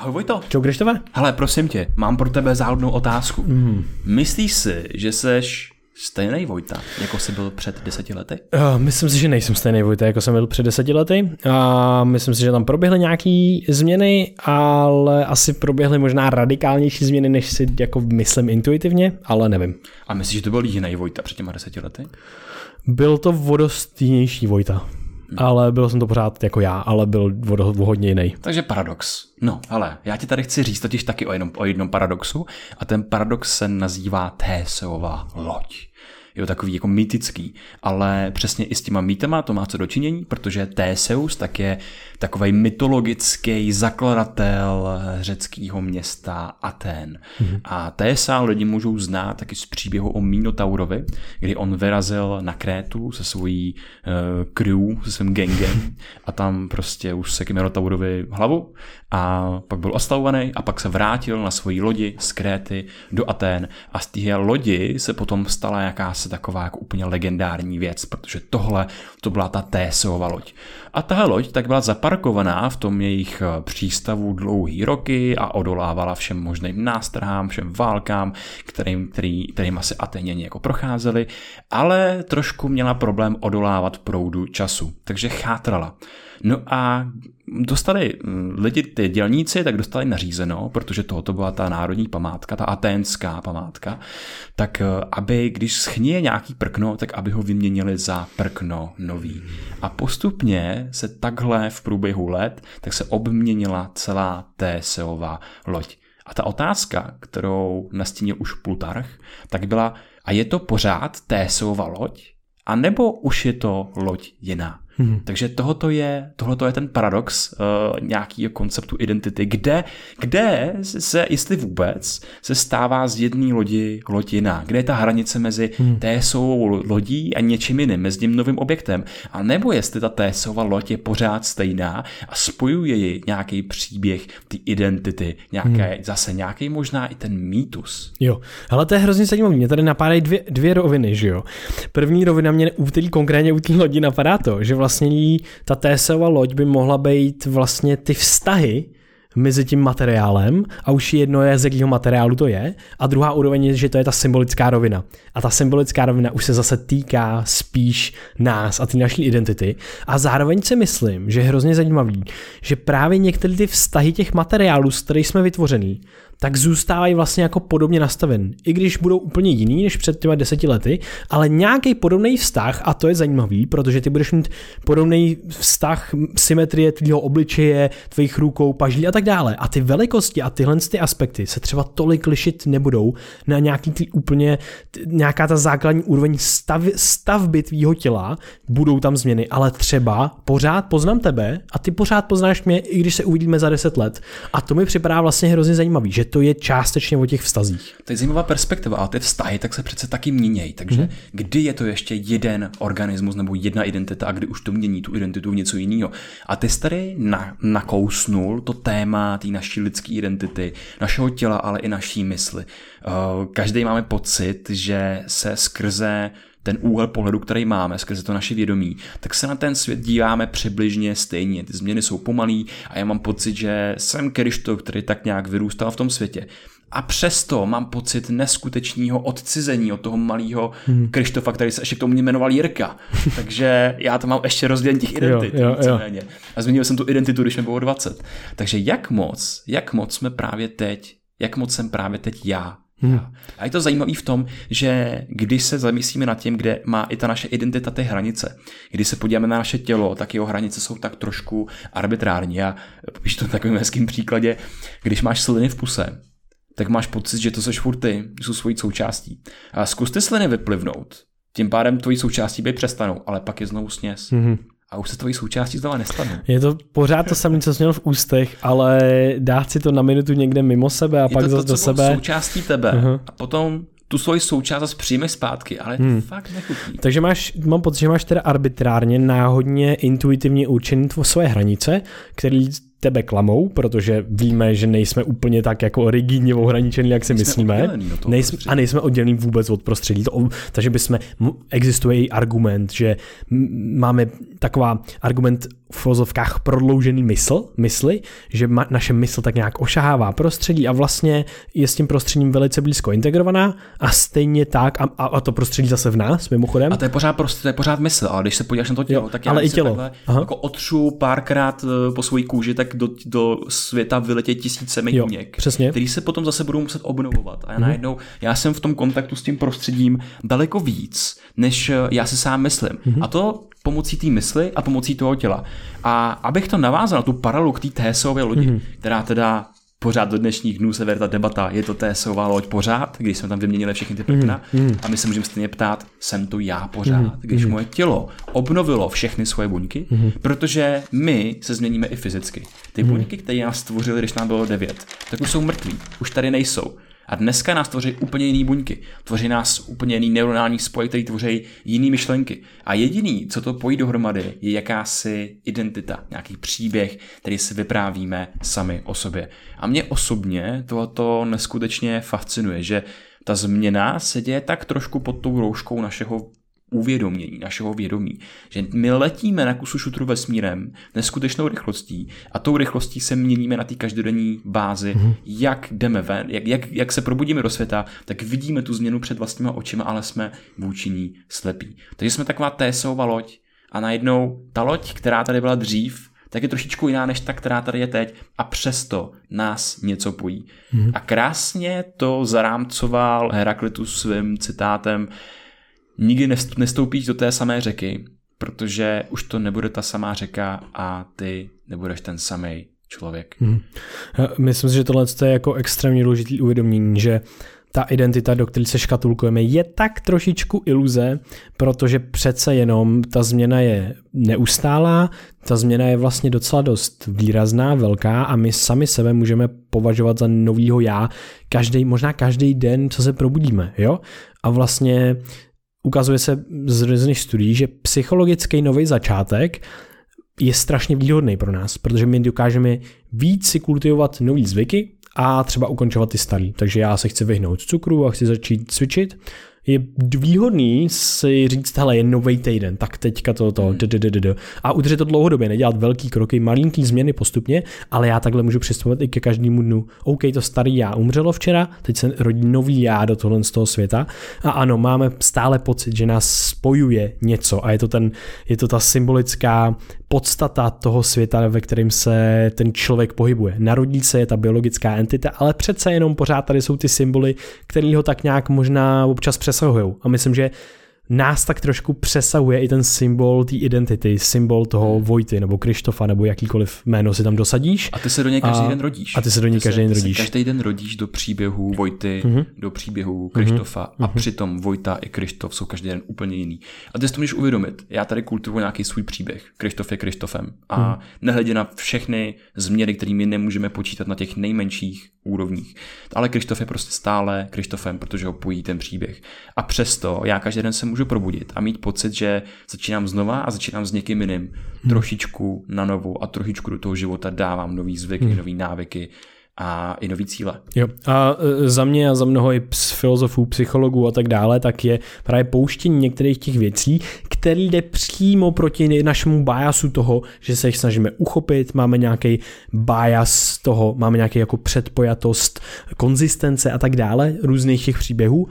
Ahoj Vojto. Čau Krištofe. Hele, prosím tě, mám pro tebe záhodnou otázku. Myslíš si, že seš stejný Vojta, jako jsi byl před 10 lety? Myslím si, že nejsem stejný Vojta, jako jsem byl před 10 lety. A myslím si, že tam proběhly nějaké změny, ale asi proběhly možná radikálnější změny, než si jako myslím intuitivně, ale nevím. A myslíš, že to byl jiný Vojta před těma 10 lety? Byl to vodostýnější Vojta. Ale byl jsem to pořád jako já, ale byl hodně jiný. Takže paradox. No, ale já ti tady chci říct totiž taky o jednom paradoxu a ten paradox se nazývá Théseova loď. Jo, takový jako mýtický, ale přesně i s těma mýtama to má co dočinění, protože Théseus tak je takovej mytologický zakladatel řeckého města Athén. A Thésa lidi můžou znát taky z příběhu o Minotaurovi, kdy on vyrazil na Krétu se svojí crew, se svým gangem a tam prostě už se k Minotaurovi hlavu a pak byl oslavovaný a pak se vrátil na svojí lodi z Kréty do Athén a z té lodi se potom stala jakási taková jako úplně legendární věc, protože tohle to byla ta Théseova loď. A tahle loď tak byla zaparkovaná v tom jejich přístavu dlouhý roky a odolávala všem možným nástrahám, všem válkám, kterým asi Atéňani jako procházeli, ale trošku měla problém odolávat proudu času, takže chátrala. No a dostali lidi, ty dělníci, tak dostali nařízeno, protože tohoto byla ta národní památka, ta aténská památka, tak aby, když schnie nějaký prkno, tak aby ho vyměnili za prkno nový. A postupně se takhle v průběhu let, tak se obměnila celá Théseova loď. A ta otázka, kterou nastínil už Plutarch, tak byla, a je to pořád Théseova loď? A nebo už je to loď jiná? Takže tohleto je ten paradox nějakého konceptu identity, kde se, jestli vůbec, se stává z jedné lodi loď jiná. Kde je ta hranice mezi Théseovou lodí a něčím jiným, mezi tím novým objektem. A nebo jestli ta Théseova loď je pořád stejná a spojuje ji nějaký příběh, ty identity, zase nějaký možná i ten mýtus. Jo, ale to je hrozně zajímavé. Mě tady napadají dvě roviny, že jo. První rovina mě konkrétně u té lodi napadá to, že vlastně ta Théseova loď by mohla být vlastně ty vztahy mezi tím materiálem a už jedno je, z jakého materiálu to je. A druhá úroveň je, že to je ta symbolická rovina. A ta symbolická rovina už se zase týká spíš nás a ty naší identity. A zároveň si myslím, že je hrozně zajímavý, že právě některé ty vztahy těch materiálů, z kterých jsme vytvořený, tak zůstávají vlastně jako podobně nastaven. I když budou úplně jiný než před těma 10 lety, ale nějaký podobný vztah, a to je zajímavý, protože ty budeš mít podobný vztah symetrie tvýho obličeje, tvých rukou, pažlí a tak dále. A ty velikosti a tyhle ty aspekty se třeba tolik lišit nebudou na nějaký ty úplně, nějaká ta základní úroveň stavby tvýho těla, budou tam změny, ale třeba pořád poznám tebe a ty pořád poznáš mě, i když se uvidíme za 10 let. A to mi připadá vlastně hrozně zajímavý, že to je částečně o těch vztazích. To je zajímavá perspektiva, ale ty vztahy tak se přece taky měnějí, takže kdy je to ještě jeden organismus nebo jedna identita a kdy už to mění tu identitu v něco jiného. A ty jsi tady nakousnul to téma té naší lidské identity, našeho těla, ale i naší mysli. Každý máme pocit, že se skrze ten úhel pohledu, který máme, skrze to naše vědomí, tak se na ten svět díváme přibližně stejně. Ty změny jsou pomalý a já mám pocit, že jsem Krištof, který tak nějak vyrůstal v tom světě. A přesto mám pocit neskutečného odcizení od toho malého Krištofa, který se ještě k tomu jmenoval Jirka. Takže já to mám ještě rozdělení těch identit. Jo. A změnil jsem tu identitu, když mi bylo 20. Takže jak moc jsem právě teď já. A je to zajímavé v tom, že když se zamyslíme nad tím, kde má i ta naše identita ty hranice, když se podíváme na naše tělo, tak jeho hranice jsou tak trošku arbitrární. A víš to v takovém hezkém příkladě, když máš sliny v puse, tak máš pocit, že to seš furt ty, jsou svojí součástí. A zkus ty sliny vyplivnout, tím pádem tvojí součástí být přestanou, ale pak je znovu sněz. A už se tvojí součástí znova nestane. Je to pořád to samé, co jsi měl v ústech, ale dát si to na minutu někde mimo sebe a pak zase do sebe. Je to součástí tebe a potom tu svoji součást zase přijmeš zpátky, ale fakt nechutí. Takže mám pocit, že máš teda arbitrárně, náhodně, intuitivně určený svoje hranice, které tebe klamou, protože víme, že nejsme úplně tak jako rigidně ohraničený, jak si myslíme. Nejsme oddělení vůbec od prostředí. Takže existuje i argument, že máme taková argument v uvozovkách prodloužený mysli, že naše mysl tak nějak ošahává prostředí a vlastně je s tím prostředím velice blízko integrovaná a stejně tak, a to prostředí zase v nás, mimochodem. A to je pořád mysl, ale když se podíváš na to tělo, tak já se takhle jako otřu párkrát po svojí kůži, tak do světa vyletějí tisíce mých buněk, který se potom zase budou muset obnovovat. A najednou já jsem v tom kontaktu s tím prostředím daleko víc, než já si sám myslím. A to pomocí té mysli a pomocí toho těla. A abych to navázal na tu paralelu k té TSOové lodi, která teda pořád do dnešních dnů se vede ta debata, je to TSOová loď pořád, když jsme tam vyměnili všechny ty prkna a my se můžeme stejně ptát, jsem to já pořád, když moje tělo obnovilo všechny svoje buňky, protože my se změníme i fyzicky. Ty buňky, které nás stvořily, když nám bylo 9, tak už jsou mrtví, už tady nejsou. A dneska nás tvoří úplně jiný buňky. Tvoří nás úplně jiný neuronální spoj, který tvoří jiný myšlenky. A jediný, co to pojí dohromady, je jakási identita, nějaký příběh, který si vyprávíme sami o sobě. A mě osobně tohoto neskutečně fascinuje, že ta změna se děje tak trošku pod tou rouškou našeho uvědomění, našeho vědomí, že my letíme na kusu šutru vesmírem neskutečnou rychlostí a tou rychlostí se měníme na té každodenní bázi, jak jdeme ven, jak se probudíme do světa, tak vidíme tu změnu před vlastníma očima, ale jsme vůči ní slepí. Takže jsme taková TSOova loď a najednou ta loď, která tady byla dřív, tak je trošičku jiná než ta, která tady je teď a přesto nás něco pojí. A krásně to zarámcoval Heraklitus svým citátem: nikdy nestoupíš do té samé řeky, protože už to nebude ta samá řeka a ty nebudeš ten samý člověk. Myslím si, že tohle je jako extrémně důležitý uvědomění, že ta identita, do které se škatulkujeme, je tak trošičku iluze, protože přece jenom ta změna je neustálá, ta změna je vlastně docela dost výrazná, velká a my sami sebe můžeme považovat za novýho já možná každý den, co se probudíme. Jo? A vlastně ukazuje se z různých studií, že psychologický nový začátek je strašně výhodný pro nás, protože my dokážeme víc si kultivovat nový zvyky a třeba ukončovat ty starý. Takže já se chci vyhnout cukru a chci začít cvičit. Je výhodný si říct, hele, je novej týden, tak teďka a udržet to dlouhodobě, nedělat velký kroky, malinký změny postupně, ale já takhle můžu přistupovat i ke každému dnu. OK, to starý já umřelo včera, teď se rodí nový já do tohle z toho světa a ano, máme stále pocit, že nás spojuje něco a je to ta symbolická podstata toho světa, ve kterém se ten člověk pohybuje. Narodí se, je ta biologická entita, ale přece jenom pořád tady jsou ty symboly, které ho tak nějak možná občas přesahujou. A myslím, že nás tak trošku přesahuje i ten symbol té identity, symbol toho Vojty nebo Krištofa nebo jakýkoliv jméno si tam dosadíš. A ty se do něj každý den rodíš. A ty se do něj každý den rodíš. Každý den rodíš do příběhu Vojty, do příběhu Krištofa a přitom Vojta i Krištof jsou každý den úplně jiný. A ty si to můžeš uvědomit. Já tady kultivuji nějaký svůj příběh. Krištof je Krištofem. A nehledě na všechny změny, kterými nemůžeme počítat na těch nejmenších úrovních. Ale Krištof je prostě stále Krištofem, protože ho pojí ten příběh. A přesto já každý den se můžu probudit a mít pocit, že začínám znova a začínám s někým jiným. Trošičku na novo a trošičku do toho života dávám nový zvyky, nový návyky a i nový cíle. Jo. A za mě a za mnoho i filozofů, psychologů a tak dále, tak je právě pouštění některých těch věcí, který jde přímo proti našemu biasu toho, že se jich snažíme uchopit, máme nějaký bias toho, máme nějaký jako předpojatost, konzistence a tak dále, různých těch příběhů.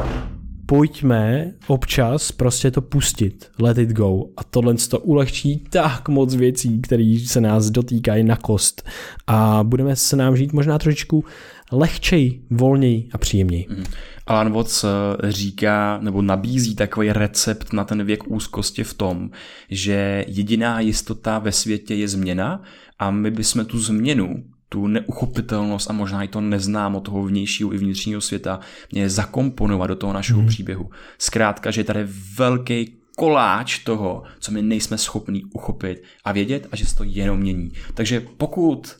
Pojďme občas prostě to pustit, let it go a tohle to ulehčí tak moc věcí, které se nás dotýkají na kost a budeme se nám žít možná trošičku lehčej, volněji a příjemněji. Alan Watts říká nebo nabízí takový recept na ten věk úzkosti v tom, že jediná jistota ve světě je změna a my bychom tu změnu, tu neuchopitelnost a možná i to neznámo toho vnějšího i vnitřního světa měli zakomponovat do toho našeho příběhu. Zkrátka, že je tady velký koláč toho, co my nejsme schopni uchopit a vědět a že se to jenom mění. Takže pokud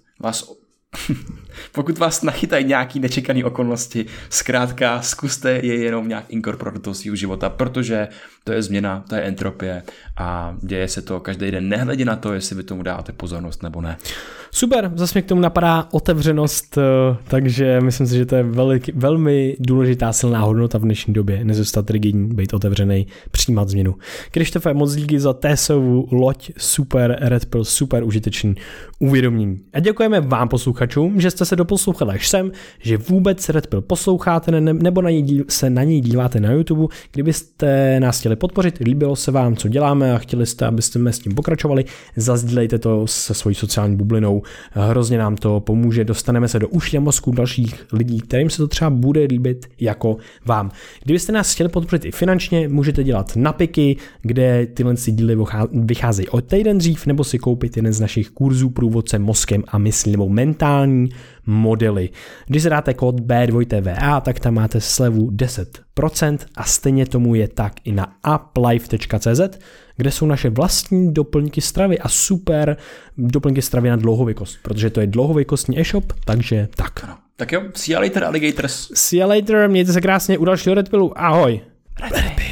vás nachytají nějaký nečekaný okolnosti, zkrátka zkuste je jenom nějak inkorporovat do svého života, protože to je změna, to je entropie a děje se to každý den, nehledě na to, jestli vy tomu dáte pozornost nebo ne. Super, zase mě k tomu napadá otevřenost, takže myslím si, že to je velmi důležitá silná hodnota v dnešní době, nezůstat rigidní, být otevřený, přijímat změnu. Krištofe, moc díky za TSOvu loď, super Red Pill, super užitečný uvědomění. A děkujeme vám posluchačům, že jste se doposlouchali až sem, že vůbec Red Pill posloucháte nebo se na něj díváte na YouTube. Kdybyste nás chtěli podpořit, líbilo se vám, co děláme a chtěli jste, abyste s tím pokračovali, zazdílejte to se svojí sociální bublinou. Hrozně nám to pomůže, dostaneme se do uší a mozku dalších lidí, kterým se to třeba bude líbit jako vám. Kdybyste nás chtěli podpořit i finančně, můžete dělat napiky, kde tyhle díly vycházejí o týden dřív, nebo si koupit jeden z našich kurzů Průvodce mozkem a myslí nebo mentální modely. Když zadáte kód B2TVA, tak tam máte slevu 10% a stejně tomu je tak i na uplife.cz, kde jsou naše vlastní doplňky stravy a super doplňky stravy na dlouhověkost, protože to je dlouhověkostní e-shop, takže tak. Ano. Tak jo, see you later, alligators. See you later, mějte se krásně u dalšího Red Pillu, ahoj. Red Pill.